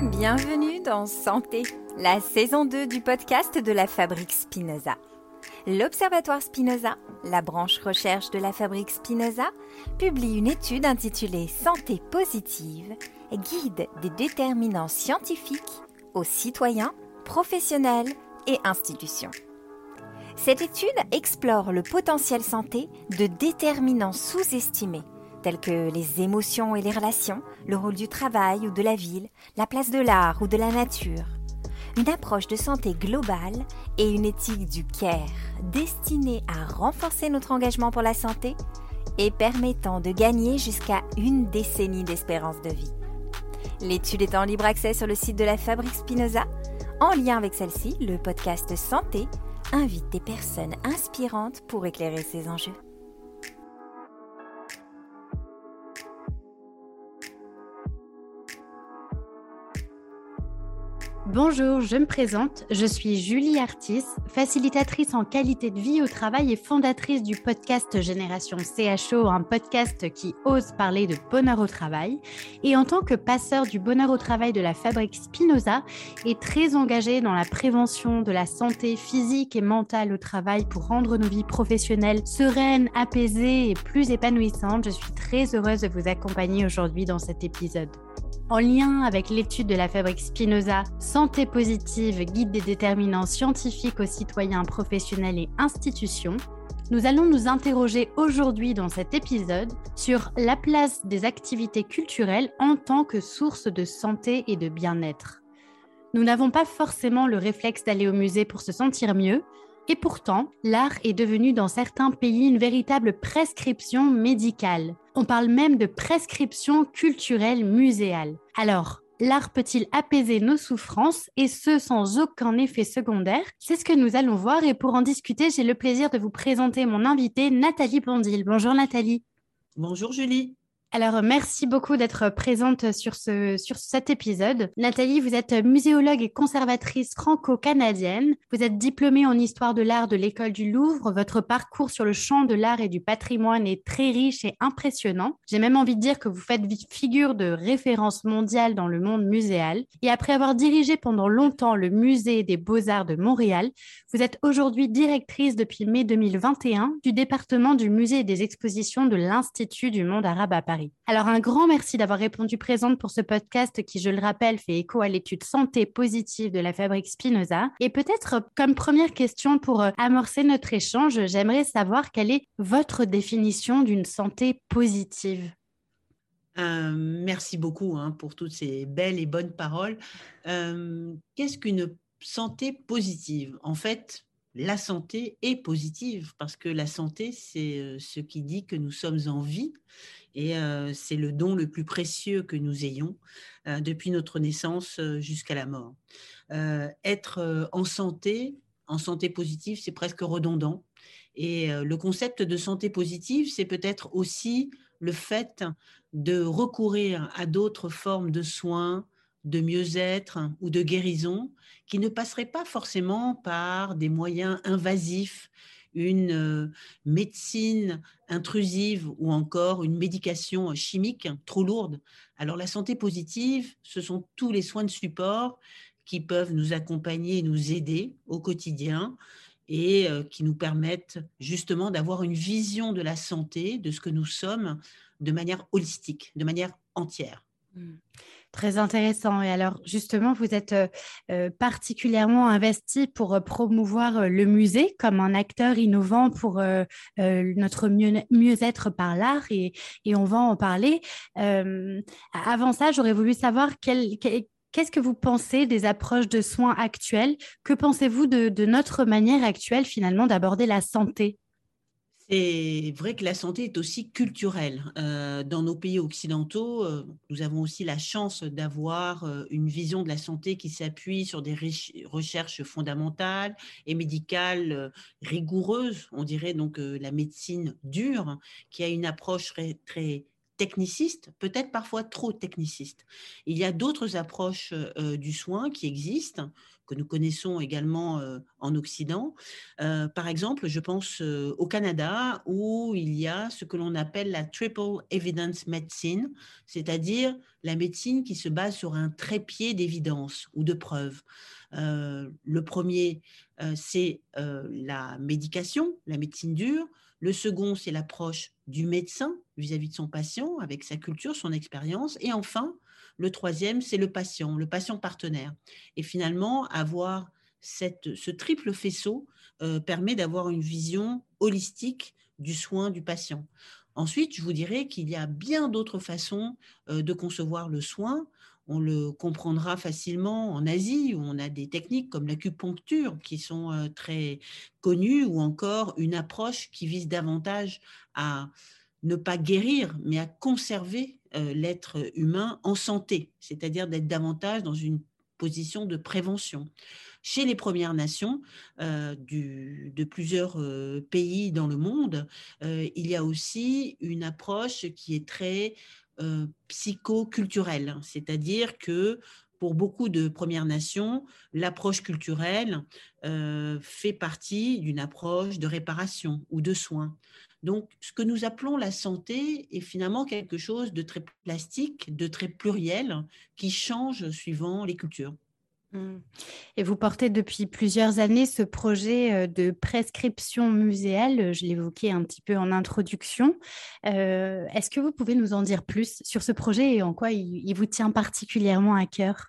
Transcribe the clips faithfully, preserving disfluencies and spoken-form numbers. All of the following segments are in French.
Bienvenue dans Santé, la saison deux du podcast de la Fabrique Spinoza. L'Observatoire Spinoza, la branche recherche de la Fabrique Spinoza, publie une étude intitulée Santé positive, guide des déterminants scientifiques aux citoyens, professionnels et institutions. Cette étude explore le potentiel santé de déterminants sous-estimés, tels que les émotions et les relations, le rôle du travail ou de la ville, la place de l'art ou de la nature. Une approche de santé globale et une éthique du care destinée à renforcer notre engagement pour la santé et permettant de gagner jusqu'à une décennie d'espérance de vie. L'étude est en libre accès sur le site de la Fabrique Spinoza. En lien avec celle-ci, le podcast Santé invite des personnes inspirantes pour éclairer ces enjeux. Bonjour, je me présente, je suis Julie Artis, facilitatrice en qualité de vie au travail et fondatrice du podcast Génération C H O, un podcast qui ose parler de bonheur au travail. Et en tant que passeur du bonheur au travail de la Fabrique Spinoza et très engagée dans la prévention de la santé physique et mentale au travail pour rendre nos vies professionnelles sereines, apaisées et plus épanouissantes, je suis très heureuse de vous accompagner aujourd'hui dans cet épisode. En lien avec l'étude de la Fabrique Spinoza, Santé positive, guide des déterminants scientifiques aux citoyens, professionnels et institutions, nous allons nous interroger aujourd'hui dans cet épisode sur la place des activités culturelles en tant que source de santé et de bien-être. Nous n'avons pas forcément le réflexe d'aller au musée pour se sentir mieux, et pourtant, l'art est devenu dans certains pays une véritable prescription médicale. On parle même de prescription culturelle muséale. Alors, l'art peut-il apaiser nos souffrances et ce sans aucun effet secondaire? C'est ce que nous allons voir et pour en discuter, j'ai le plaisir de vous présenter mon invitée Nathalie Bondil. Bonjour Nathalie. Bonjour Julie. Alors, merci beaucoup d'être présente sur, ce, sur cet épisode. Nathalie, vous êtes muséologue et conservatrice franco-canadienne. Vous êtes diplômée en histoire de l'art de l'École du Louvre. Votre parcours sur le champ de l'art et du patrimoine est très riche et impressionnant. J'ai même envie de dire que vous faites figure de référence mondiale dans le monde muséal. Et après avoir dirigé pendant longtemps le Musée des Beaux-Arts de Montréal, vous êtes aujourd'hui directrice depuis mai deux mille vingt et un du département du Musée et des Expositions de l'Institut du Monde Arabe à Paris. Alors, un grand merci d'avoir répondu présente pour ce podcast qui, je le rappelle, fait écho à l'étude Santé positive de la Fabrique Spinoza. Et peut-être, comme première question pour amorcer notre échange, j'aimerais savoir quelle est votre définition d'une santé positive. Euh, merci beaucoup hein, pour toutes ces belles et bonnes paroles. Euh, qu'est-ce qu'une santé positive? En fait, la santé est positive parce que la santé, c'est ce qui dit que nous sommes en vie. Et euh, c'est le don le plus précieux que nous ayons euh, depuis notre naissance euh, jusqu'à la mort. Euh, être euh, en santé, en santé positive, c'est presque redondant. Et euh, le concept de santé positive, c'est peut-être aussi le fait de recourir à d'autres formes de soins, de mieux-être ou de guérison qui ne passeraient pas forcément par des moyens invasifs, une euh, médecine intrusive ou encore une médication chimique trop lourde. Alors la santé positive, ce sont tous les soins de support qui peuvent nous accompagner, nous aider au quotidien et euh, qui nous permettent justement d'avoir une vision de la santé, de ce que nous sommes, de manière holistique, de manière entière. Mmh. Très intéressant. Et alors, justement, vous êtes euh, particulièrement investi pour euh, promouvoir euh, le musée comme un acteur innovant pour euh, euh, notre mieux, mieux-être par l'art et, et on va en parler. Euh, avant ça, j'aurais voulu savoir quel, quel, qu'est-ce que vous pensez des approches de soins actuelles? Que pensez-vous de, de notre manière actuelle, finalement, d'aborder la santé? C'est vrai que la santé est aussi culturelle. Euh, dans nos pays occidentaux, euh, nous avons aussi la chance d'avoir euh, une vision de la santé qui s'appuie sur des recherches fondamentales et médicales euh, rigoureuses, on dirait donc euh, la médecine dure, qui a une approche très, très techniciste, peut-être parfois trop techniciste. Il y a d'autres approches euh, du soin qui existent, que nous connaissons également euh, en Occident. Euh, par exemple, je pense euh, au Canada où il y a ce que l'on appelle la Triple Evidence Medicine, c'est-à-dire la médecine qui se base sur un trépied d'évidence ou de preuves. Euh, le premier, euh, c'est euh, la médication, la médecine dure. Le second, c'est l'approche du médecin vis-à-vis de son patient, avec sa culture, son expérience. Et enfin, le troisième, c'est le patient, le patient partenaire. Et finalement, avoir cette, ce triple faisceau euh, permet d'avoir une vision holistique du soin du patient. Ensuite, je vous dirais qu'il y a bien d'autres façons euh, de concevoir le soin. On le comprendra facilement en Asie, où on a des techniques comme l'acupuncture qui sont euh, très connues, ou encore une approche qui vise davantage à ne pas guérir, mais à conserver euh, l'être humain en santé, c'est-à-dire d'être davantage dans une position de prévention. Chez les Premières Nations euh, du, de plusieurs euh, pays dans le monde, euh, il y a aussi une approche qui est très euh, psychoculturelle, c'est-à-dire que pour beaucoup de Premières Nations, l'approche culturelle euh, fait partie d'une approche de réparation ou de soins. Donc, ce que nous appelons la santé est finalement quelque chose de très plastique, de très pluriel, qui change suivant les cultures. Mmh. Et vous portez depuis plusieurs années ce projet euh, de prescription muséale, je l'évoquais un petit peu en introduction. Euh, est-ce que vous pouvez nous en dire plus sur ce projet et en quoi il, il vous tient particulièrement à cœur?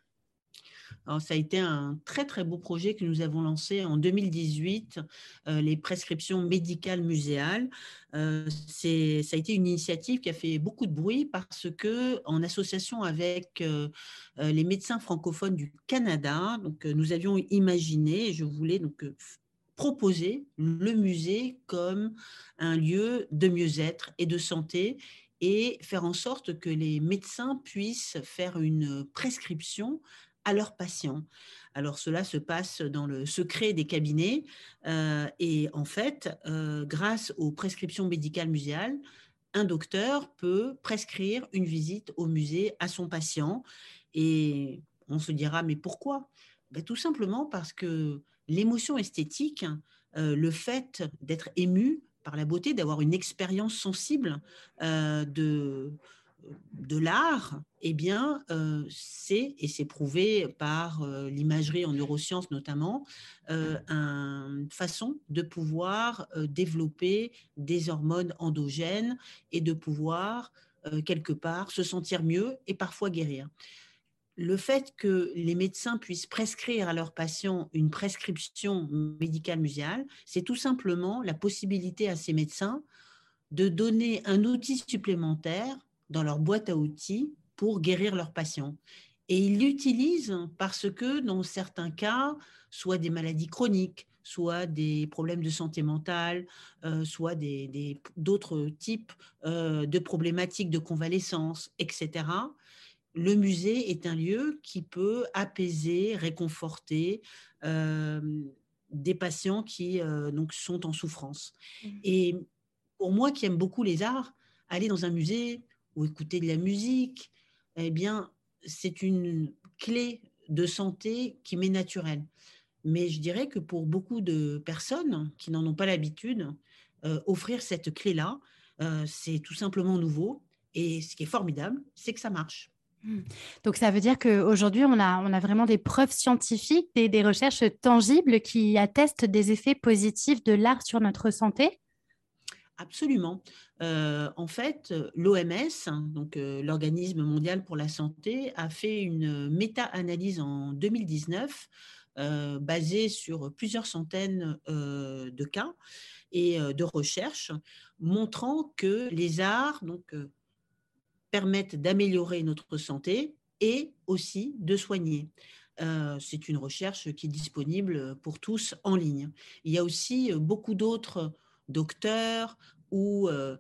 Alors, ça a été un très, très beau projet que nous avons lancé en deux mille dix-huit, euh, les prescriptions médicales muséales. Euh, c'est, ça a été une initiative qui a fait beaucoup de bruit parce que, en association avec euh, euh, les médecins francophones du Canada, donc, euh, nous avions imaginé, et je voulais donc euh, proposer le musée comme un lieu de mieux-être et de santé, et faire en sorte que les médecins puissent faire une prescription à leurs patients. Alors cela se passe dans le secret des cabinets euh, et en fait, euh, grâce aux prescriptions médicales muséales, un docteur peut prescrire une visite au musée à son patient et on se dira mais pourquoi? Ben, tout simplement parce que l'émotion esthétique, euh, le fait d'être ému par la beauté, d'avoir une expérience sensible euh, de de l'art, eh bien, euh, c'est, et c'est prouvé par euh, l'imagerie en neurosciences notamment, euh, une façon de pouvoir euh, développer des hormones endogènes et de pouvoir, euh, quelque part, se sentir mieux et parfois guérir. Le fait que les médecins puissent prescrire à leurs patients une prescription médicale muséale, c'est tout simplement la possibilité à ces médecins de donner un outil supplémentaire dans leur boîte à outils pour guérir leurs patients. Et ils l'utilisent parce que dans certains cas, soit des maladies chroniques, soit des problèmes de santé mentale, euh, soit des, des, d'autres types euh, de problématiques de convalescence, et cetera, le musée est un lieu qui peut apaiser, réconforter euh, des patients qui euh, donc sont en souffrance. Et pour moi qui aime beaucoup les arts, aller dans un musée ou écouter de la musique, eh bien, c'est une clé de santé qui m'est naturelle. Mais je dirais que pour beaucoup de personnes qui n'en ont pas l'habitude, euh, offrir cette clé-là, euh, c'est tout simplement nouveau. Et ce qui est formidable, c'est que ça marche. Donc, ça veut dire qu'aujourd'hui, on a, on a vraiment des preuves scientifiques, des, des recherches tangibles qui attestent des effets positifs de l'art sur notre santé? Absolument. Euh, en fait, l'O M S, donc euh, l'Organisme mondial pour la santé, a fait une méta-analyse en deux mille dix-neuf euh, basée sur plusieurs centaines euh, de cas et euh, de recherches, montrant que les arts donc, euh, permettent d'améliorer notre santé et aussi de soigner. Euh, c'est une recherche qui est disponible pour tous en ligne. Il y a aussi beaucoup d'autres docteurs ou euh,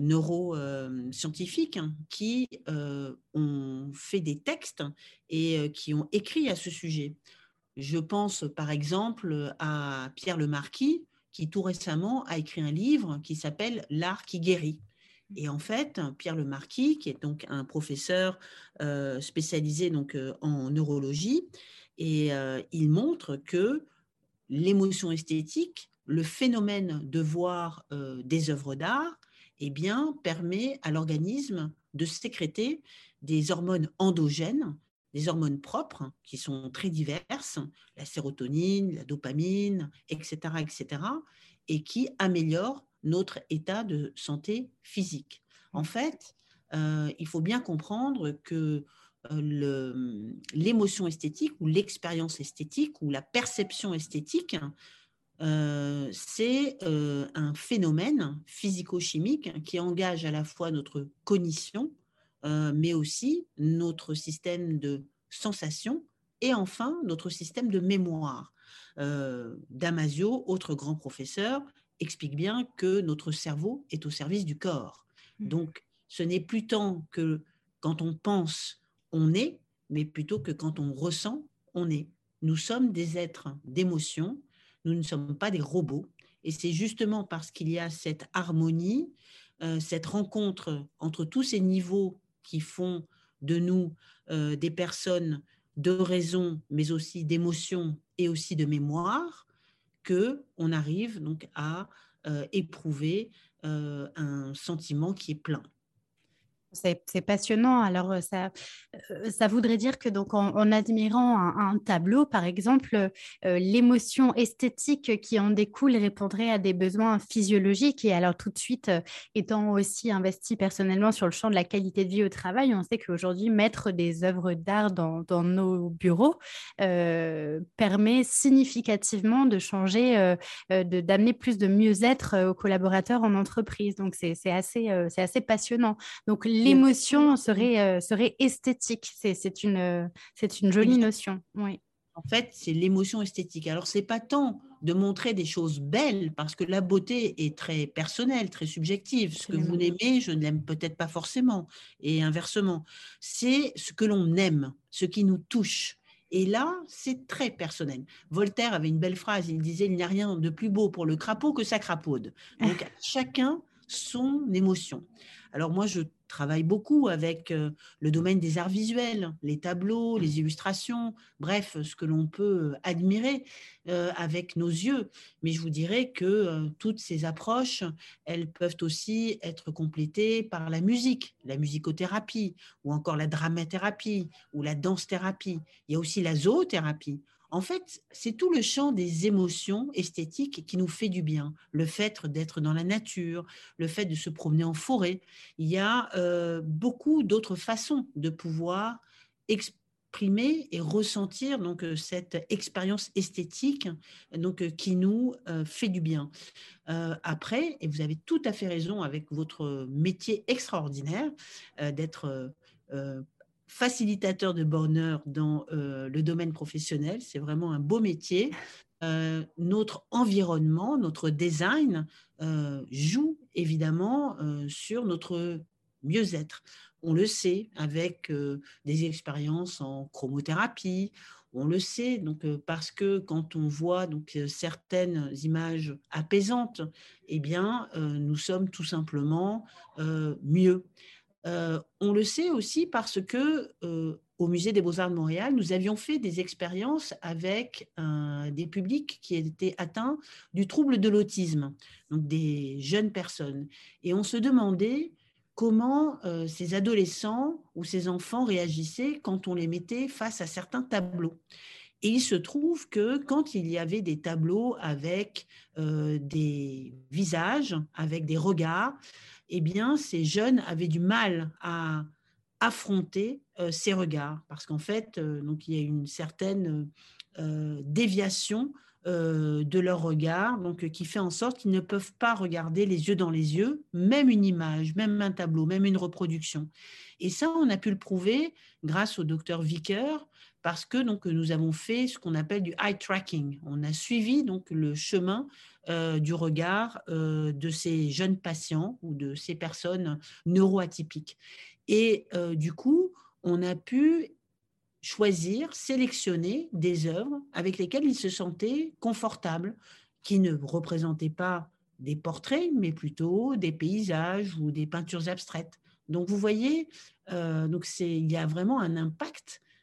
neuroscientifiques hein, qui euh, ont fait des textes et euh, qui ont écrit à ce sujet. Je pense par exemple à Pierre Lemarquis, qui tout récemment a écrit un livre qui s'appelle L'art qui guérit. Et en fait, Pierre Lemarquis, qui est donc un professeur euh, spécialisé donc, euh, en neurologie, Et euh, il montre que l'émotion esthétique, le phénomène de voir euh, des œuvres d'art, eh bien, permet à l'organisme de sécréter des hormones endogènes, des hormones propres qui sont très diverses, la sérotonine, la dopamine, et cetera, et cetera, et qui améliorent notre état de santé physique. En fait, euh, il faut bien comprendre que le, l'émotion esthétique ou l'expérience esthétique ou la perception esthétique, euh, c'est euh, un phénomène physico-chimique qui engage à la fois notre cognition, euh, mais aussi notre système de sensation et enfin notre système de mémoire. Euh, Damasio, autre grand professeur, explique bien que notre cerveau est au service du corps. Donc, ce n'est plus tant que quand on pense, on est, mais plutôt que quand on ressent, on est. Nous sommes des êtres d'émotion. Nous ne sommes pas des robots. Et c'est justement parce qu'il y a cette harmonie, euh, cette rencontre entre tous ces niveaux qui font de nous euh, des personnes de raison, mais aussi d'émotion et aussi de mémoire, qu'on arrive donc à euh, éprouver euh, un sentiment qui est plein. C'est, c'est passionnant. Alors, euh, ça, euh, ça voudrait dire que donc en, en admirant un, un tableau, par exemple, euh, l'émotion esthétique qui en découle répondrait à des besoins physiologiques. Et alors, tout de suite, euh, étant aussi investi personnellement sur le champ de la qualité de vie au travail, on sait qu'aujourd'hui, mettre des œuvres d'art dans, dans nos bureaux euh, permet significativement de changer, euh, euh, de, d'amener plus de mieux-être euh, aux collaborateurs en entreprise. Donc, c'est, c'est assez, euh, c'est assez passionnant. Donc, l'émotion serait, euh, serait esthétique. C'est, c'est, une, euh, c'est une jolie notion. Oui. En fait, c'est l'émotion esthétique. Alors, c'est pas tant de montrer des choses belles, parce que la beauté est très personnelle, très subjective. Ce que vous n'aimez, je ne l'aime peut-être pas forcément, et inversement. C'est ce que l'on aime, ce qui nous touche. Et là, c'est très personnel. Voltaire avait une belle phrase, il disait « Il n'y a rien de plus beau pour le crapaud que sa crapaude ». Donc, chacun son émotion. Alors moi, je travaille beaucoup avec euh, le domaine des arts visuels, les tableaux, les illustrations, bref, ce que l'on peut admirer euh, avec nos yeux. Mais je vous dirais que euh, toutes ces approches, elles peuvent aussi être complétées par la musique, la musicothérapie, ou encore la dramathérapie, ou la danse-thérapie. Il y a aussi la zoothérapie. En fait, c'est tout le champ des émotions esthétiques qui nous fait du bien. Le fait d'être dans la nature, le fait de se promener en forêt. Il y a euh, beaucoup d'autres façons de pouvoir exprimer et ressentir donc, cette expérience esthétique donc, qui nous euh, fait du bien. Euh, après, et vous avez tout à fait raison avec votre métier extraordinaire euh, d'être euh, facilitateur de bonheur dans euh, le domaine professionnel. C'est vraiment un beau métier. Euh, notre environnement, notre design euh, joue évidemment euh, sur notre mieux-être. On le sait avec euh, des expériences en chromothérapie. On le sait donc, euh, parce que quand on voit donc, euh, certaines images apaisantes, eh bien, euh, nous sommes tout simplement euh, mieux. Euh, on le sait aussi parce que euh, au Musée des Beaux-Arts de Montréal, nous avions fait des expériences avec euh, des publics qui étaient atteints du trouble de l'autisme, donc des jeunes personnes. Et on se demandait comment euh, ces adolescents ou ces enfants réagissaient quand on les mettait face à certains tableaux. Et il se trouve que quand il y avait des tableaux avec euh, des visages, avec des regards, eh bien, ces jeunes avaient du mal à affronter euh, ces regards, parce qu'en fait, euh, donc, il y a une certaine euh, déviation euh, de leur regard, donc, qui fait en sorte qu'ils ne peuvent pas regarder les yeux dans les yeux, même une image, même un tableau, même une reproduction. Et ça, on a pu le prouver grâce au docteur Vicker, parce que donc, nous avons fait ce qu'on appelle du eye tracking. On a suivi donc, le chemin euh, du regard euh, de ces jeunes patients ou de ces personnes neuroatypiques. Et euh, du coup, on a pu choisir, sélectionner des œuvres avec lesquelles ils se sentaient confortables, qui ne représentaient pas des portraits, mais plutôt des paysages ou des peintures abstraites. Donc, vous voyez, euh, donc c'est, il y a vraiment un impact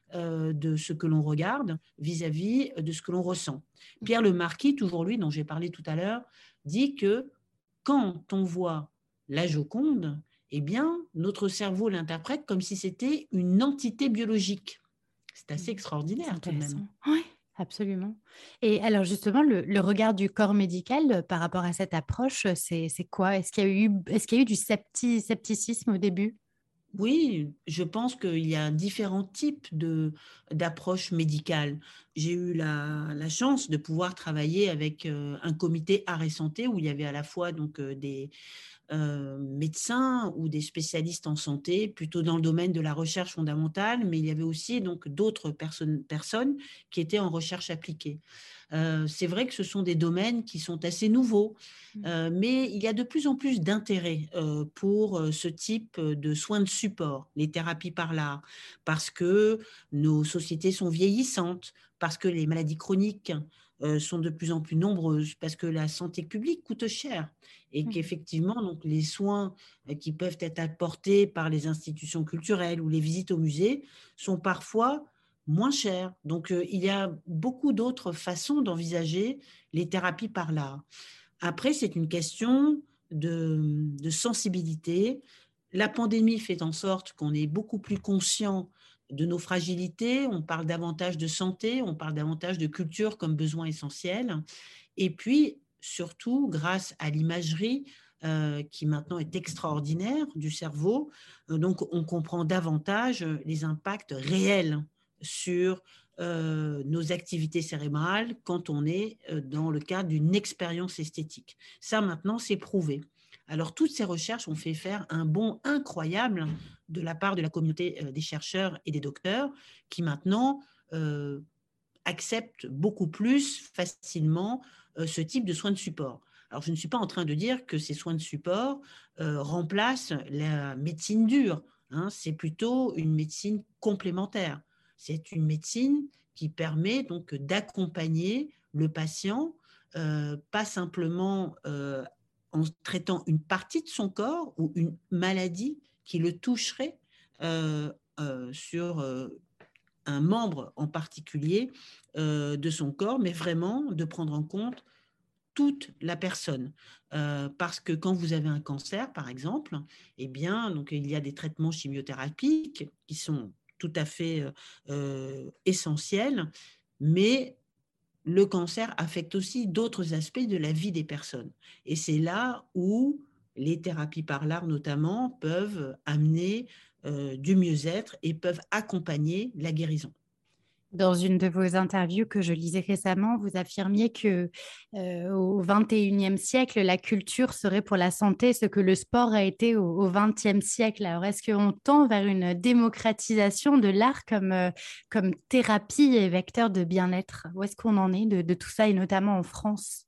euh, de ce que l'on regarde vis-à-vis de ce que l'on ressent. Pierre Lemarquis, toujours lui, dont j'ai parlé tout à l'heure, dit que quand on voit la Joconde, eh bien, notre cerveau l'interprète comme si c'était une entité biologique. C'est assez extraordinaire tout de même. Oui, absolument. Et alors justement, le, le regard du corps médical euh, par rapport à cette approche, c'est, c'est quoi? Est-ce qu'il y a eu, est-ce qu'il y a eu du scepti- scepticisme au début? Oui, je pense qu'il y a différents types de, d'approches médicales. J'ai eu la, la chance de pouvoir travailler avec euh, un comité art et santé où il y avait à la fois donc, euh, des, euh, médecins ou des spécialistes en santé, plutôt dans le domaine de la recherche fondamentale, mais il y avait aussi donc d'autres personnes, personnes qui étaient en recherche appliquée. Euh, c'est vrai que ce sont des domaines qui sont assez nouveaux, euh, mais il y a de plus en plus d'intérêt euh, pour euh, ce type de soins de support, les thérapies par l'art, parce que nos sociétés sont vieillissantes, parce que les maladies chroniques euh, sont de plus en plus nombreuses, parce que la santé publique coûte cher et qu'effectivement, donc, les soins qui peuvent être apportés par les institutions culturelles ou les visites au musée sont parfois moins chers. Donc, euh, il y a beaucoup d'autres façons d'envisager les thérapies par l'art. Après, c'est une question de, de sensibilité. La pandémie fait en sorte qu'on est beaucoup plus conscient de nos fragilités, on parle davantage de santé, on parle davantage de culture comme besoin essentiel. Et puis, surtout, grâce à l'imagerie euh, qui maintenant est extraordinaire du cerveau, euh, donc on comprend davantage les impacts réels sur euh, nos activités cérébrales quand on est euh, dans le cadre d'une expérience esthétique. Ça, maintenant, c'est prouvé. Alors, toutes ces recherches ont fait faire un bond incroyable de la part de la communauté euh, des chercheurs et des docteurs qui maintenant euh, acceptent beaucoup plus facilement euh, ce type de soins de support. Alors, je ne suis pas en train de dire que ces soins de support euh, remplacent la médecine dure. Hein, c'est plutôt une médecine complémentaire. C'est une médecine qui permet donc d'accompagner le patient, euh, pas simplement euh, en traitant une partie de son corps ou une maladie qui le toucherait euh, euh, sur euh, un membre en particulier euh, de son corps, mais vraiment de prendre en compte toute la personne. Euh, parce que quand vous avez un cancer, par exemple, eh bien, donc, il y a des traitements chimiothérapiques qui sont tout à fait euh, essentiels, mais le cancer affecte aussi d'autres aspects de la vie des personnes. Et c'est là où les thérapies par l'art, notamment, peuvent amener euh, du mieux-être et peuvent accompagner la guérison. Dans une de vos interviews que je lisais récemment, vous affirmiez que euh, au vingt et unième siècle, la culture serait pour la santé ce que le sport a été au, au vingtième siècle. Alors, est-ce qu'on tend vers une démocratisation de l'art comme, euh, comme thérapie et vecteur de bien-être? Où est-ce qu'on en est de, de tout ça, et notamment en France?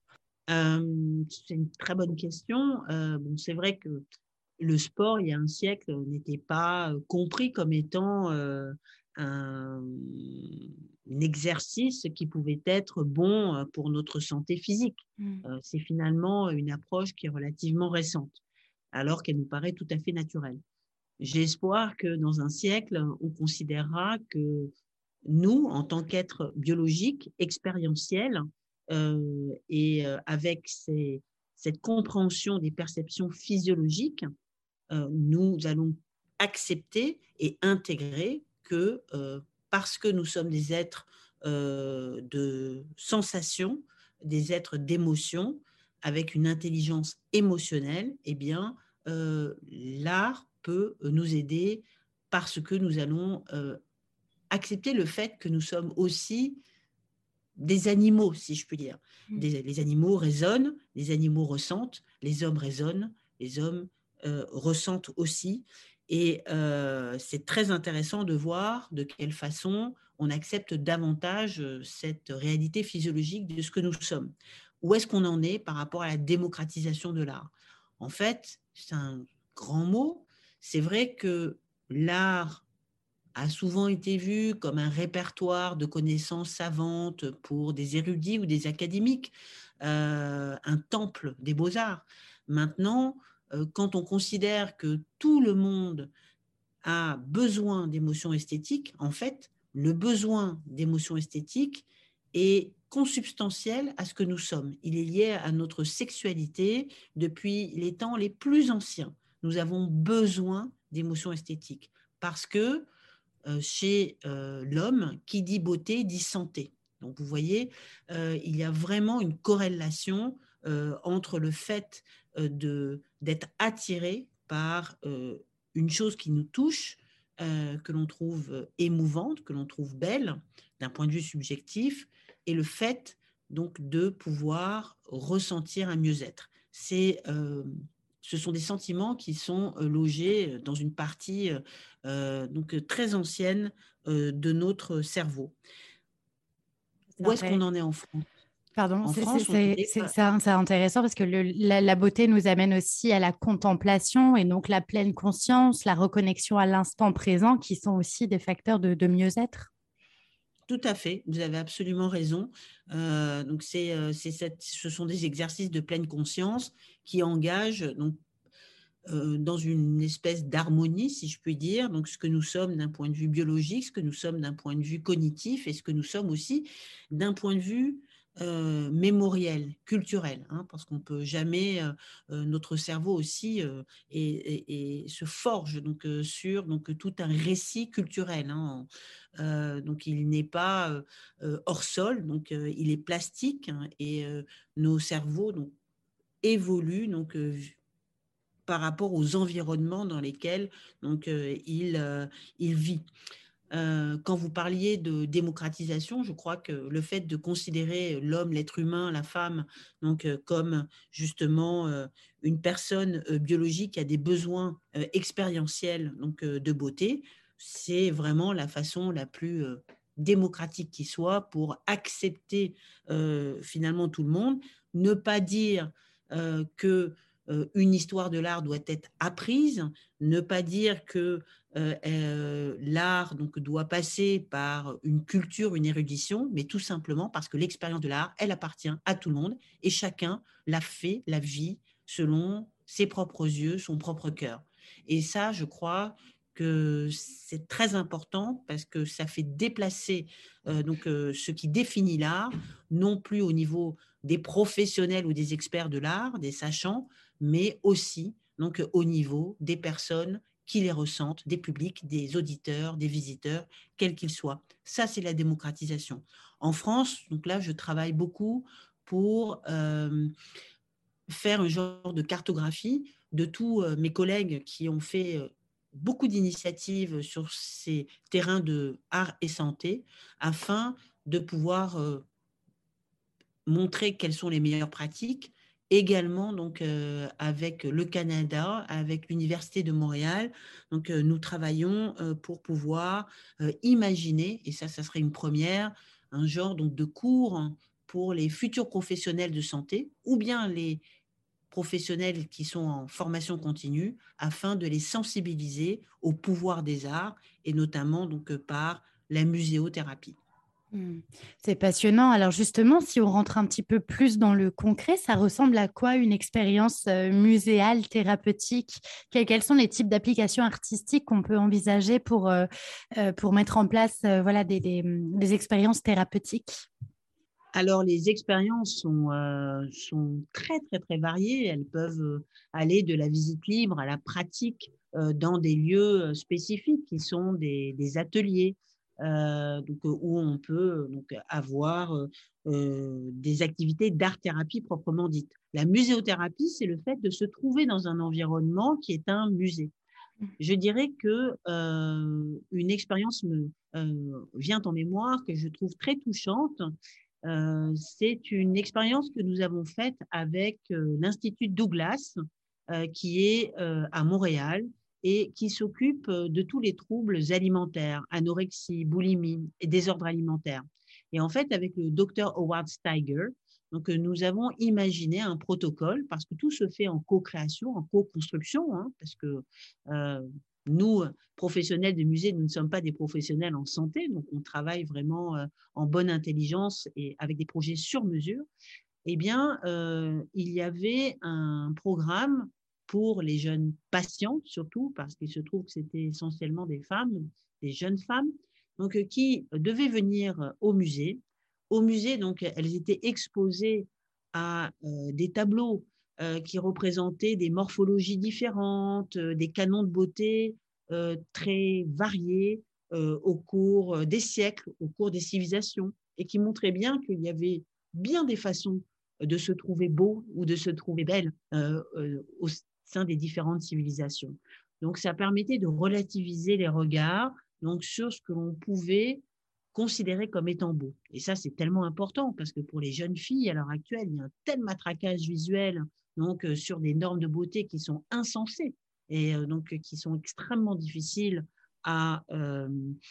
Euh, c'est une très bonne question. Euh, bon, c'est vrai que le sport, il y a un siècle, n'était pas compris comme étant euh, un, un exercice qui pouvait être bon pour notre santé physique. Mm. Euh, c'est finalement une approche qui est relativement récente, alors qu'elle nous paraît tout à fait naturelle. J'ai espoir que dans un siècle, on considérera que nous, en tant qu'êtres biologiques, expérientiels, euh, et euh, avec ces, cette compréhension des perceptions physiologiques, euh, nous allons accepter et intégrer que euh, parce que nous sommes des êtres euh, de sensations, des êtres d'émotions, avec une intelligence émotionnelle, eh bien, euh, l'art peut nous aider parce que nous allons euh, accepter le fait que nous sommes aussi des animaux, si je puis dire. Des, les animaux raisonnent, les animaux ressentent, les hommes raisonnent, les hommes euh, ressentent aussi. Et euh, c'est très intéressant de voir de quelle façon on accepte davantage cette réalité physiologique de ce que nous sommes. Où est-ce qu'on en est par rapport à la démocratisation de l'art? En fait, c'est un grand mot. C'est vrai que l'art a souvent été vu comme un répertoire de connaissances savantes pour des érudits ou des académiques, euh, un temple des beaux-arts. Maintenant, euh, quand on considère que tout le monde a besoin d'émotions esthétiques, en fait, le besoin d'émotions esthétiques est consubstantiel à ce que nous sommes. Il est lié à notre sexualité depuis les temps les plus anciens. Nous avons besoin d'émotions esthétiques parce que euh, chez euh, l'homme, qui dit beauté dit santé. Donc vous voyez, euh, il y a vraiment une corrélation euh, entre le fait euh, de, d'être attiré par euh, une chose qui nous touche, euh, que l'on trouve émouvante, que l'on trouve belle d'un point de vue subjectif, et le fait donc de pouvoir ressentir un mieux-être. C'est, euh, ce sont des sentiments qui sont euh, logés dans une partie euh, donc très ancienne euh, de notre cerveau. Où est-ce qu'on en est en France? Pardon, En c'est France, on en est pas... intéressant parce que le, la, la beauté nous amène aussi à la contemplation et donc la pleine conscience, la reconnexion à l'instant présent qui sont aussi des facteurs de, de mieux-être. Tout à fait, vous avez absolument raison. Euh, donc c'est, c'est cette, ce sont des exercices de pleine conscience qui engagent donc, euh, dans une espèce d'harmonie, si je puis dire, donc ce que nous sommes d'un point de vue biologique, ce que nous sommes d'un point de vue cognitif et ce que nous sommes aussi d'un point de vue euh, mémoriel, culturel, hein, parce qu'on ne peut jamais, euh, notre cerveau aussi euh, et, et, et se forge donc, euh, sur donc, tout un récit culturel. Hein, euh, donc il n'est pas euh, hors sol, donc euh, il est plastique hein, et euh, nos cerveaux donc, évoluent donc, euh, par rapport aux environnements dans lesquels donc, euh, il, euh, il vit. Euh, quand vous parliez de démocratisation, je crois que le fait de considérer l'homme, l'être humain, la femme, donc, euh, comme justement euh, une personne euh, biologique qui a des besoins euh, expérientiels donc, euh, de beauté, c'est vraiment la façon la plus euh, démocratique qui soit pour accepter euh, finalement tout le monde, ne pas dire euh, que euh, une histoire de l'art doit être apprise, ne pas dire que Euh, euh, l'art donc, doit passer par une culture, une érudition, mais tout simplement parce que l'expérience de l'art, elle appartient à tout le monde et chacun la fait, la vit selon ses propres yeux, son propre cœur. Et ça, je crois que c'est très important parce que ça fait déplacer euh, donc, euh, ce qui définit l'art, non plus au niveau des professionnels ou des experts de l'art, des sachants, mais aussi donc, au niveau des personnes qui les ressentent, des publics, des auditeurs, des visiteurs, quels qu'ils soient. Ça, c'est la démocratisation. En France, donc là, je travaille beaucoup pour euh, faire un genre de cartographie de tous euh, mes collègues qui ont fait euh, beaucoup d'initiatives sur ces terrains de art et santé afin de pouvoir euh, montrer quelles sont les meilleures pratiques, également donc euh, avec le Canada, avec l'Université de Montréal. Donc euh, nous travaillons euh, pour pouvoir euh, imaginer, et ça, ça serait une première, un genre donc, de cours pour les futurs professionnels de santé ou bien les professionnels qui sont en formation continue afin de les sensibiliser au pouvoir des arts et notamment donc par la muséothérapie. C'est passionnant. Alors justement, si on rentre un petit peu plus dans le concret, ça ressemble à quoi une expérience euh, muséale, thérapeutique? Quels, quels sont les types d'applications artistiques qu'on peut envisager pour, euh, euh, pour mettre en place euh, voilà, des, des, des expériences thérapeutiques? Alors, les expériences sont, euh, sont très, très, très variées. Elles peuvent aller de la visite libre à la pratique euh, dans des lieux spécifiques qui sont des, des ateliers euh, donc, où on peut donc, avoir euh, des activités d'art-thérapie proprement dites. La muséothérapie, c'est le fait de se trouver dans un environnement qui est un musée. Je dirais que euh, une expérience me euh, vient en mémoire que je trouve très touchante. Euh, c'est une expérience que nous avons faite avec euh, l'Institut Douglas, euh, qui est euh, à Montréal et qui s'occupe de tous les troubles alimentaires, anorexie, boulimie et désordre alimentaire. Et en fait, avec le docteur Howard Steiger, donc, nous avons imaginé un protocole parce que tout se fait en co-création, en co-construction, hein, parce que euh, nous, professionnels de musée, nous ne sommes pas des professionnels en santé, donc on travaille vraiment euh, en bonne intelligence et avec des projets sur mesure. Eh bien, euh, il y avait un programme pour les jeunes patients, surtout parce qu'il se trouve que c'était essentiellement des femmes, des jeunes femmes, donc, euh, qui devaient venir au musée. Au musée, donc, elles étaient exposées à euh, des tableaux euh, qui représentaient des morphologies différentes, euh, des canons de beauté euh, très variés euh, au cours des siècles, au cours des civilisations, et qui montraient bien qu'il y avait bien des façons de se trouver beau ou de se trouver belle euh, euh, au sein des différentes civilisations. Donc, ça permettait de relativiser les regards donc, sur ce que l'on pouvait considérer comme étant beau. Et ça, c'est tellement important parce que pour les jeunes filles, à l'heure actuelle, il y a un tel matraquage visuel donc, euh, sur des normes de beauté qui sont insensées et euh, donc euh, qui sont extrêmement difficiles à, euh,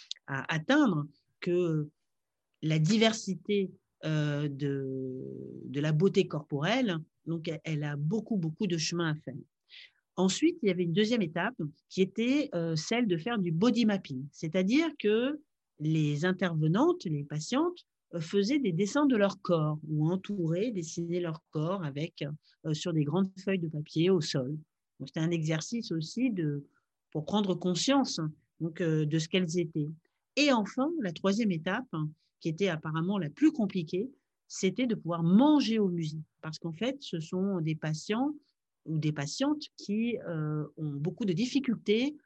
à atteindre, que la diversité euh, de, de la beauté corporelle, donc elle, elle a beaucoup, beaucoup de chemin à faire. Ensuite, il y avait une deuxième étape qui était euh, celle de faire du body mapping, c'est-à-dire que les intervenantes, les patientes, euh, faisaient des dessins de leur corps ou entouraient, dessinaient leur corps avec, euh, sur des grandes feuilles de papier au sol. Donc, c'était un exercice aussi de, pour prendre conscience donc, euh, de ce qu'elles étaient. Et enfin, la troisième étape, hein, qui était apparemment la plus compliquée, c'était de pouvoir manger au musée. Parce qu'en fait, ce sont des patients ou des patientes qui euh, ont beaucoup de difficultés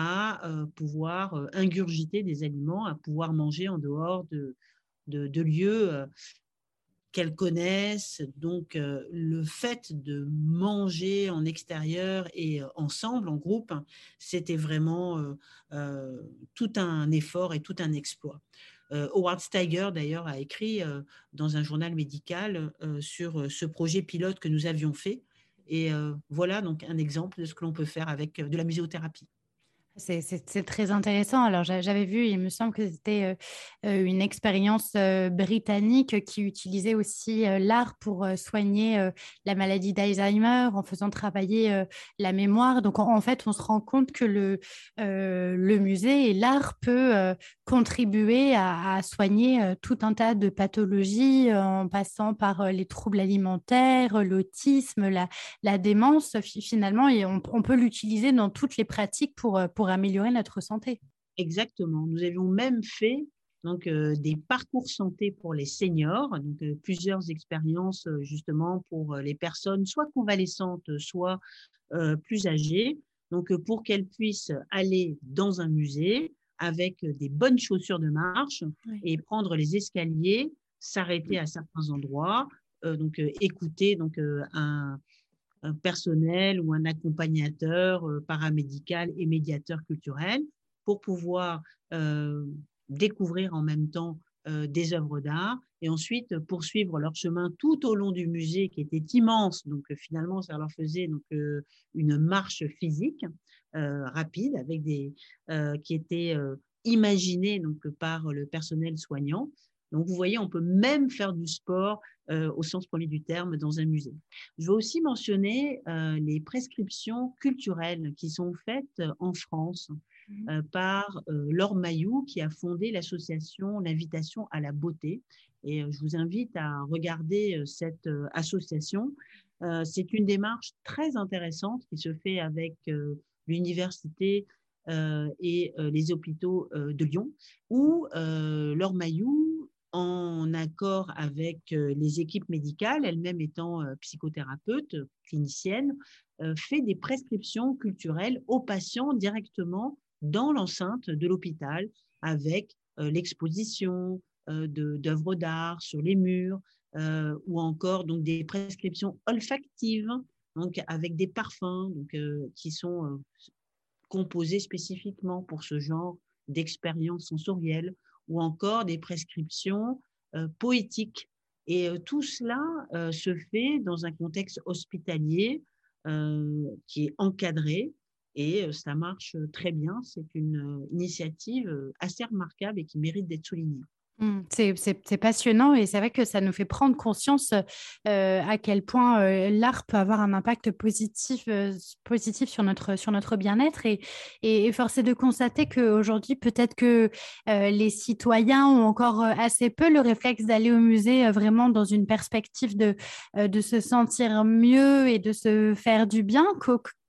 à euh, pouvoir euh, ingurgiter des aliments, à pouvoir manger en dehors de, de, de lieux euh, qu'elles connaissent. Donc, euh, le fait de manger en extérieur et euh, ensemble, en groupe, c'était vraiment euh, euh, tout un effort et tout un exploit. Euh, Howard Steiger, d'ailleurs, a écrit euh, dans un journal médical euh, sur ce projet pilote que nous avions fait. Et euh, voilà donc un exemple de ce que l'on peut faire avec de la muséothérapie. C'est, c'est, c'est très intéressant. Alors, j'a- j'avais vu, il me semble que c'était euh, euh, une expérience euh, britannique qui utilisait aussi euh, l'art pour euh, soigner euh, la maladie d'Alzheimer en faisant travailler euh, la mémoire. Donc, en, en fait, on se rend compte que le, euh, le musée et l'art peut euh, contribuer à, à soigner euh, tout un tas de pathologies euh, en passant par euh, les troubles alimentaires, l'autisme, la, la démence, fi- finalement, et on, on peut l'utiliser dans toutes les pratiques pour, euh, pour améliorer notre santé. Exactement. Nous avions même fait donc, euh, des parcours santé pour les seniors, donc euh, plusieurs expériences euh, justement pour euh, les personnes soit convalescentes, soit euh, plus âgées, donc euh, pour qu'elles puissent aller dans un musée avec des bonnes chaussures de marche Oui. et prendre les escaliers, s'arrêter à certains endroits, euh, donc euh, écouter donc, euh, un, un personnel ou un accompagnateur euh, paramédical et médiateur culturel pour pouvoir euh, découvrir en même temps euh, des œuvres d'art et ensuite poursuivre leur chemin tout au long du musée qui était immense. Donc euh, finalement, ça leur faisait donc, euh, une marche physique euh, rapide avec des, euh, qui était euh, imaginée donc, par le personnel soignant. Donc vous voyez, on peut même faire du sport euh, au sens premier du terme dans un musée. Je veux aussi mentionner euh, les prescriptions culturelles qui sont faites en France euh, par euh, Laure Mayou, qui a fondé l'association L'Invitation à la beauté. Et euh, je vous invite à regarder euh, cette euh, association. Euh, c'est une démarche très intéressante qui se fait avec euh, l'université euh, et euh, les hôpitaux euh, de Lyon, où euh, Laure Mayou, en accord avec euh, les équipes médicales, elle-même étant euh, psychothérapeute, clinicienne, euh, fait des prescriptions culturelles aux patients directement dans l'enceinte de l'hôpital avec euh, l'exposition euh, de, d'œuvres d'art sur les murs euh, ou encore donc, des prescriptions olfactives donc, avec des parfums donc, euh, qui sont euh, composés spécifiquement pour ce genre d'expérience sensorielle ou encore des prescriptions euh, poétiques. Et euh, tout cela euh, se fait dans un contexte hospitalier euh, qui est encadré et euh, ça marche très bien. C'est une euh, initiative euh, assez remarquable et qui mérite d'être soulignée. Mm, C'est, c'est- c'est passionnant et c'est vrai que ça nous fait prendre conscience euh, à quel point euh, l'art peut avoir un impact positif, euh, positif sur notre, sur notre bien-être et, et, et force est de constater qu'aujourd'hui, peut-être que euh, les citoyens ont encore euh, assez peu le réflexe d'aller au musée euh, vraiment dans une perspective de, euh, de se sentir mieux et de se faire du bien.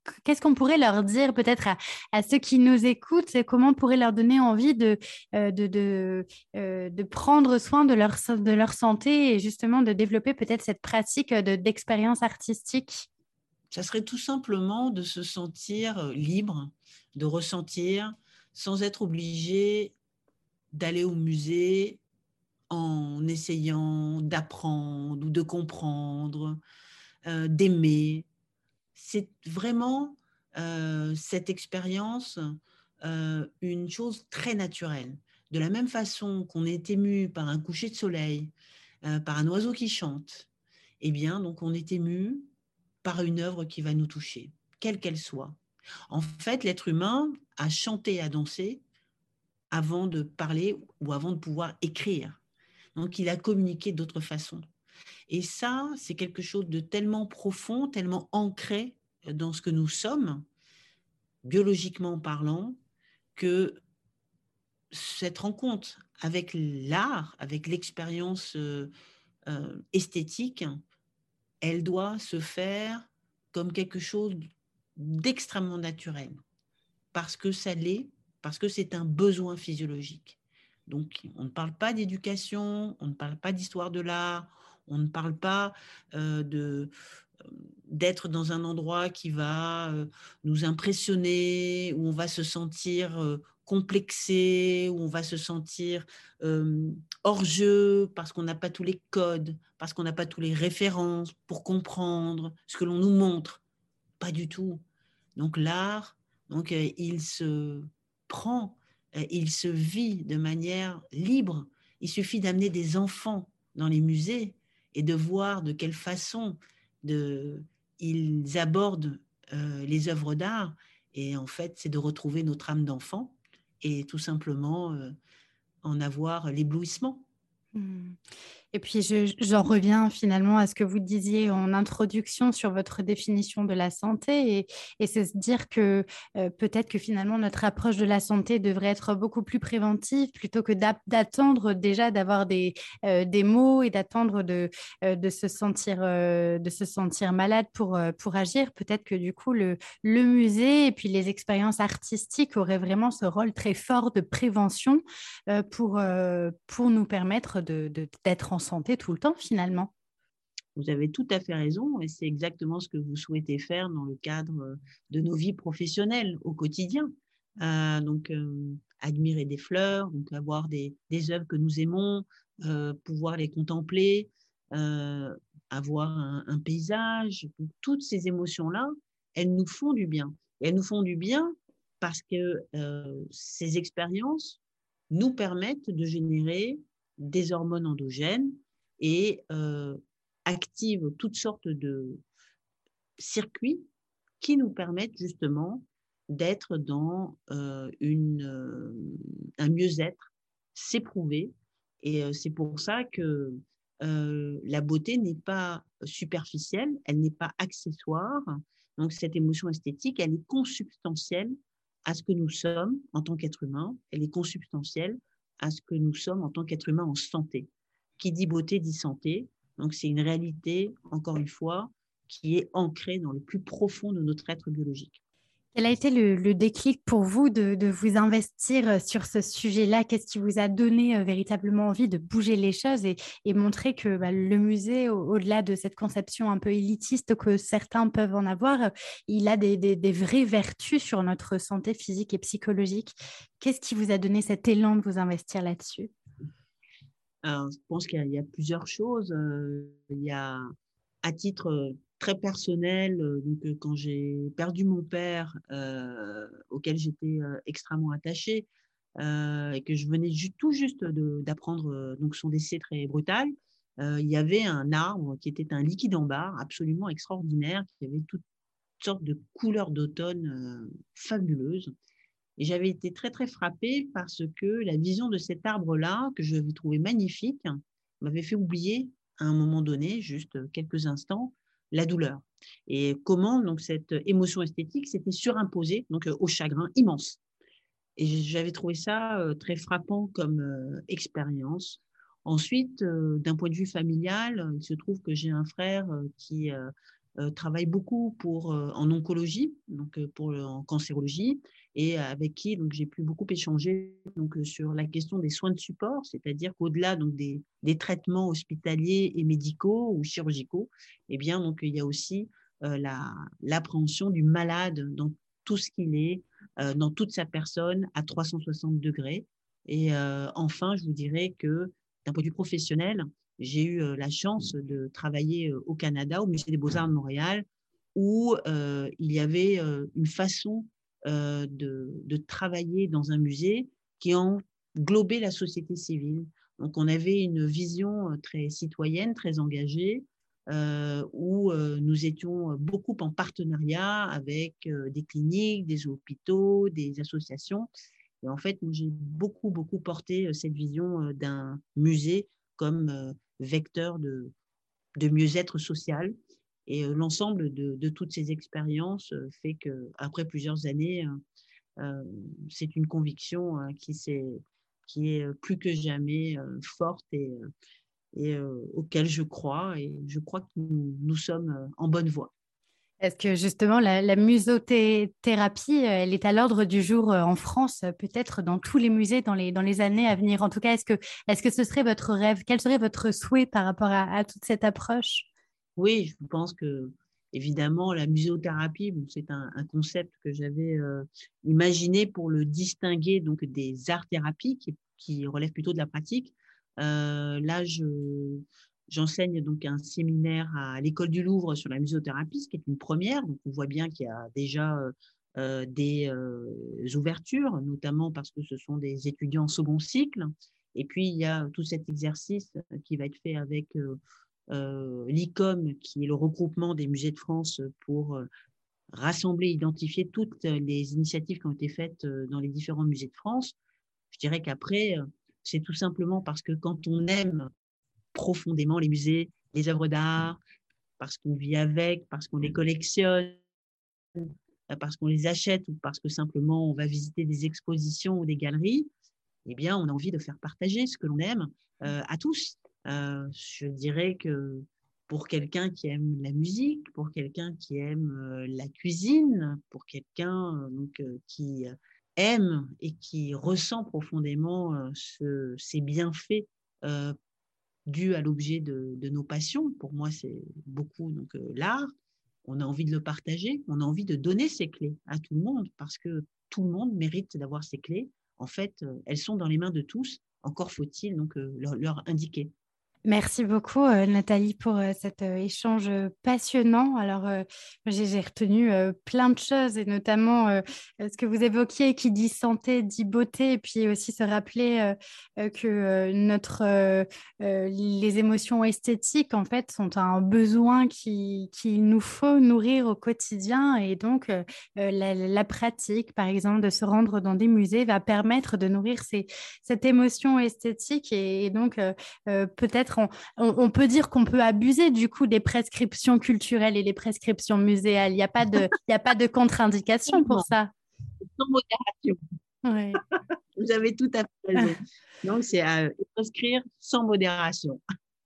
qu'est-ce qu'on pourrait leur dire peut-être à, à ceux qui nous écoutent? Comment on pourrait leur donner envie de, euh, de, de, euh, de prendre soin de leur, de leur santé et justement de développer peut-être cette pratique de, d'expérience artistique? Ça serait tout simplement de se sentir libre, de ressentir sans être obligé d'aller au musée en essayant d'apprendre ou de comprendre, euh, d'aimer. C'est vraiment euh, cette expérience euh, une chose très naturelle. De la même façon qu'on est ému par un coucher de soleil, euh, par un oiseau qui chante, eh bien, donc on est ému par une œuvre qui va nous toucher, quelle qu'elle soit. En fait, l'être humain a chanté, a dansé avant de parler ou avant de pouvoir écrire. Donc, il a communiqué d'autres façons. Et ça, c'est quelque chose de tellement profond, tellement ancré dans ce que nous sommes, biologiquement parlant, que cette rencontre avec l'art, avec l'expérience euh, euh, esthétique, elle doit se faire comme quelque chose d'extrêmement naturel, parce que ça l'est, parce que c'est un besoin physiologique. Donc, on ne parle pas d'éducation, on ne parle pas d'histoire de l'art, on ne parle pas euh, de, euh, d'être dans un endroit qui va euh, nous impressionner, où on va se sentir euh, complexé, où on va se sentir euh, hors jeu parce qu'on n'a pas tous les codes, parce qu'on n'a pas tous les références pour comprendre ce que l'on nous montre. Pas du tout. Donc l'art, donc, euh, il se prend, euh, il se vit de manière libre. Il suffit d'amener des enfants dans les musées et de voir de quelle façon de, ils abordent euh, les œuvres d'art. Et en fait, c'est de retrouver notre âme d'enfant et tout simplement euh, en avoir l'éblouissement. Mmh. Et puis, je- j'en reviens finalement à ce que vous disiez en introduction sur votre définition de la santé. Et, et c'est se dire que euh, peut-être que finalement, notre approche de la santé devrait être beaucoup plus préventive plutôt que d'ap- d'attendre déjà d'avoir des, euh, des maux et d'attendre de, euh, de se sentir, euh, de se sentir malade pour, euh, pour agir. Peut-être que du coup, le, le musée et puis les expériences artistiques auraient vraiment ce rôle très fort de prévention euh, pour, euh, pour nous permettre de, de- d'être en santé tout le temps finalement. Vous avez tout à fait raison et c'est exactement ce que vous souhaitez faire dans le cadre de nos vies professionnelles au quotidien. Euh, donc, euh, admirer des fleurs, donc avoir des, des œuvres que nous aimons, euh, pouvoir les contempler, euh, avoir un, un paysage. Donc, toutes ces émotions-là, elles nous font du bien. Et elles nous font du bien parce que euh, ces expériences nous permettent de générer des hormones endogènes et euh, active toutes sortes de circuits qui nous permettent justement d'être dans euh, une, euh, un mieux-être, s'éprouver. Et euh, c'est pour ça que euh, la beauté n'est pas superficielle, elle n'est pas accessoire. Donc cette émotion esthétique, elle est consubstantielle à ce que nous sommes en tant qu'être humain, elle est consubstantielle à ce que nous sommes en tant qu'être humain en santé. Qui dit beauté dit santé. Donc, c'est une réalité, encore une fois, qui est ancrée dans le plus profond de notre être biologique. Quel a été le, le déclic pour vous de, de vous investir euh, sur ce sujet-là? Qu'est-ce qui vous a donné euh, véritablement envie de bouger les choses et, et montrer que bah, le musée, au- au-delà de cette conception un peu élitiste que certains peuvent en avoir, euh, il a des, des- des vraies vertus sur notre santé physique et psychologique. Qu'est-ce qui vous a donné cet élan de vous investir là-dessus? Alors, je pense qu'il y a, il y a plusieurs choses. Euh, il y a, à titre euh, très personnel, euh, donc, euh, quand j'ai perdu mon père, euh, auquel j'étais euh, extrêmement attachée, euh, et que je venais ju- tout juste de- d'apprendre euh, donc son décès très brutal, euh, il y avait un arbre qui était un liquide ambar absolument extraordinaire, qui avait toutes sortes de couleurs d'automne euh, fabuleuses. Et j'avais été très, très frappée parce que la vision de cet arbre-là, que je trouvais magnifique, m'avait fait oublier à un moment donné, juste quelques instants, la douleur. Et comment donc cette émotion esthétique s'était surimposée donc, au chagrin immense. Et j'avais trouvé ça euh, très frappant comme euh, expérience. Ensuite, euh, d'un point de vue familial, il se trouve que j'ai un frère euh, qui euh, euh, travaille beaucoup pour, euh, en oncologie, donc euh, pour, en cancérologie, et avec qui donc, j'ai pu beaucoup échanger donc, sur la question des soins de support, c'est-à-dire qu'au-delà donc, des, des traitements hospitaliers et médicaux ou chirurgicaux, eh bien, donc, il y a aussi euh, la, l'appréhension du malade dans tout ce qu'il est, euh, dans toute sa personne, à trois cent soixante degrés. Et euh, enfin, je vous dirais que d'un point de vue professionnel, j'ai eu euh, la chance de travailler euh, au Canada, au Musée des Beaux-Arts de Montréal, où euh, il y avait euh, une façon euh, de, de travailler dans un musée qui englobait la société civile. Donc, on avait une vision très citoyenne, très engagée, euh, où euh, nous étions beaucoup en partenariat avec euh, des cliniques, des hôpitaux, des associations. Et en fait, j'ai beaucoup, beaucoup porté cette vision d'un musée comme vecteur de, de mieux-être social. Et l'ensemble de, de toutes ces expériences fait qu'après plusieurs années, euh, c'est une conviction qui, s'est, qui est plus que jamais forte et, et euh, auquel je crois. Et je crois que nous, nous sommes en bonne voie. Est-ce que justement la, la muséothérapie, elle est à l'ordre du jour en France, peut-être dans tous les musées dans les, dans les années à venir? En tout cas, est-ce que, est-ce que ce serait votre rêve? Quel serait votre souhait par rapport à, à toute cette approche? Oui, je pense que évidemment la muséothérapie, bon, c'est un, un concept que j'avais euh, imaginé pour le distinguer donc des arts-thérapies qui, qui relèvent plutôt de la pratique. Euh, là, je J'enseigne donc un séminaire à l'École du Louvre sur la muséothérapie, ce qui est une première. Donc, on voit bien qu'il y a déjà euh, des euh, ouvertures, notamment parce que ce sont des étudiants en second cycle. Et puis, il y a tout cet exercice qui va être fait avec euh, euh, l'I C O M, qui est le regroupement des musées de France pour euh, rassembler, identifier toutes les initiatives qui ont été faites dans les différents musées de France. Je dirais qu'après, c'est tout simplement parce que quand on aime profondément les musées, les œuvres d'art, parce qu'on vit avec, parce qu'on les collectionne, parce qu'on les achète ou parce que simplement on va visiter des expositions ou des galeries, eh bien, on a envie de faire partager ce que l'on aime euh, à tous. Euh, je dirais que pour quelqu'un qui aime la musique, pour quelqu'un qui aime euh, la cuisine, pour quelqu'un euh, donc, euh, qui aime et qui ressent profondément euh, ce, ces bienfaits euh, dû à l'objet de, de nos passions. Pour moi, c'est beaucoup donc, euh, l'art. On a envie de le partager, on a envie de donner ces clés à tout le monde parce que tout le monde mérite d'avoir ces clés. En fait, euh, elles sont dans les mains de tous. Encore faut-il donc euh, leur, leur indiquer. Merci beaucoup, euh, Nathalie, pour euh, cet euh, échange passionnant. Alors, euh, j'ai, j'ai retenu euh, plein de choses, et notamment euh, ce que vous évoquiez, qui dit santé, dit beauté, et puis aussi se rappeler euh, euh, que euh, notre, euh, euh, les émotions esthétiques, en fait, sont un besoin qui, qu'il nous faut nourrir au quotidien. Et donc, euh, la, la pratique, par exemple, de se rendre dans des musées va permettre de nourrir ces, cette émotion esthétique. Et, et donc, euh, euh, peut-être On, on peut dire qu'on peut abuser du coup des prescriptions culturelles et des prescriptions muséales. Il n'y a pas de, il n'y a pas de contre-indication pour ça. Sans modération. Ouais. Vous avez tout à fait raison. Donc, c'est à prescrire sans modération.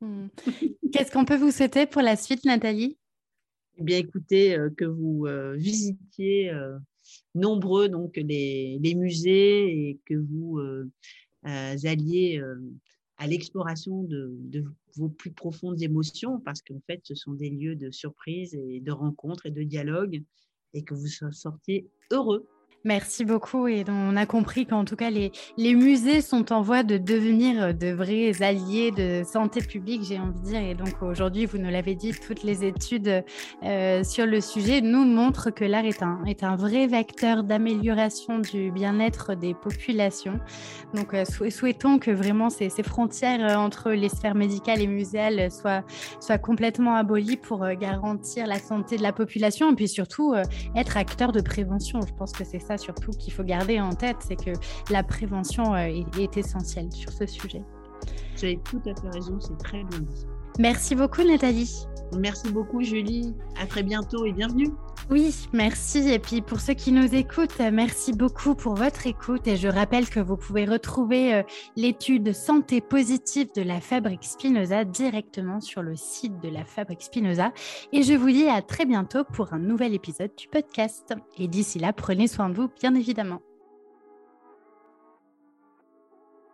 Qu'est-ce qu'on peut vous souhaiter pour la suite, Nathalie? Eh bien, écoutez, euh, que vous euh, visitiez euh, nombreux donc, les, les musées et que vous euh, euh, alliez euh, à l'exploration de, de vos plus profondes émotions, parce qu'en fait, ce sont des lieux de surprise et de rencontres et de dialogue, et que vous sortiez heureux. Merci beaucoup. Et on a compris qu'en tout cas, les, les musées sont en voie de devenir de vrais alliés de santé publique, j'ai envie de dire. Et donc aujourd'hui, vous nous l'avez dit, toutes les études euh, sur le sujet nous montrent que l'art est un, est un vrai vecteur d'amélioration du bien-être des populations. Donc euh, sou- souhaitons que vraiment ces, ces frontières entre les sphères médicales et muséales soient, soient complètement abolies pour euh, garantir la santé de la population et puis surtout euh, être acteur de prévention. Je pense que c'est ça surtout qu'il faut garder en tête, c'est que la prévention est, est essentielle sur ce sujet. Vous avez tout à fait raison, c'est très bien dit. Merci beaucoup, Nathalie. Merci beaucoup, Julie. À très bientôt et bienvenue. Oui, merci. Et puis pour ceux qui nous écoutent, merci beaucoup pour votre écoute. Et je rappelle que vous pouvez retrouver euh, l'étude santé positive de la Fabrique Spinoza directement sur le site de la Fabrique Spinoza. Et je vous dis à très bientôt pour un nouvel épisode du podcast. Et d'ici là, prenez soin de vous, bien évidemment.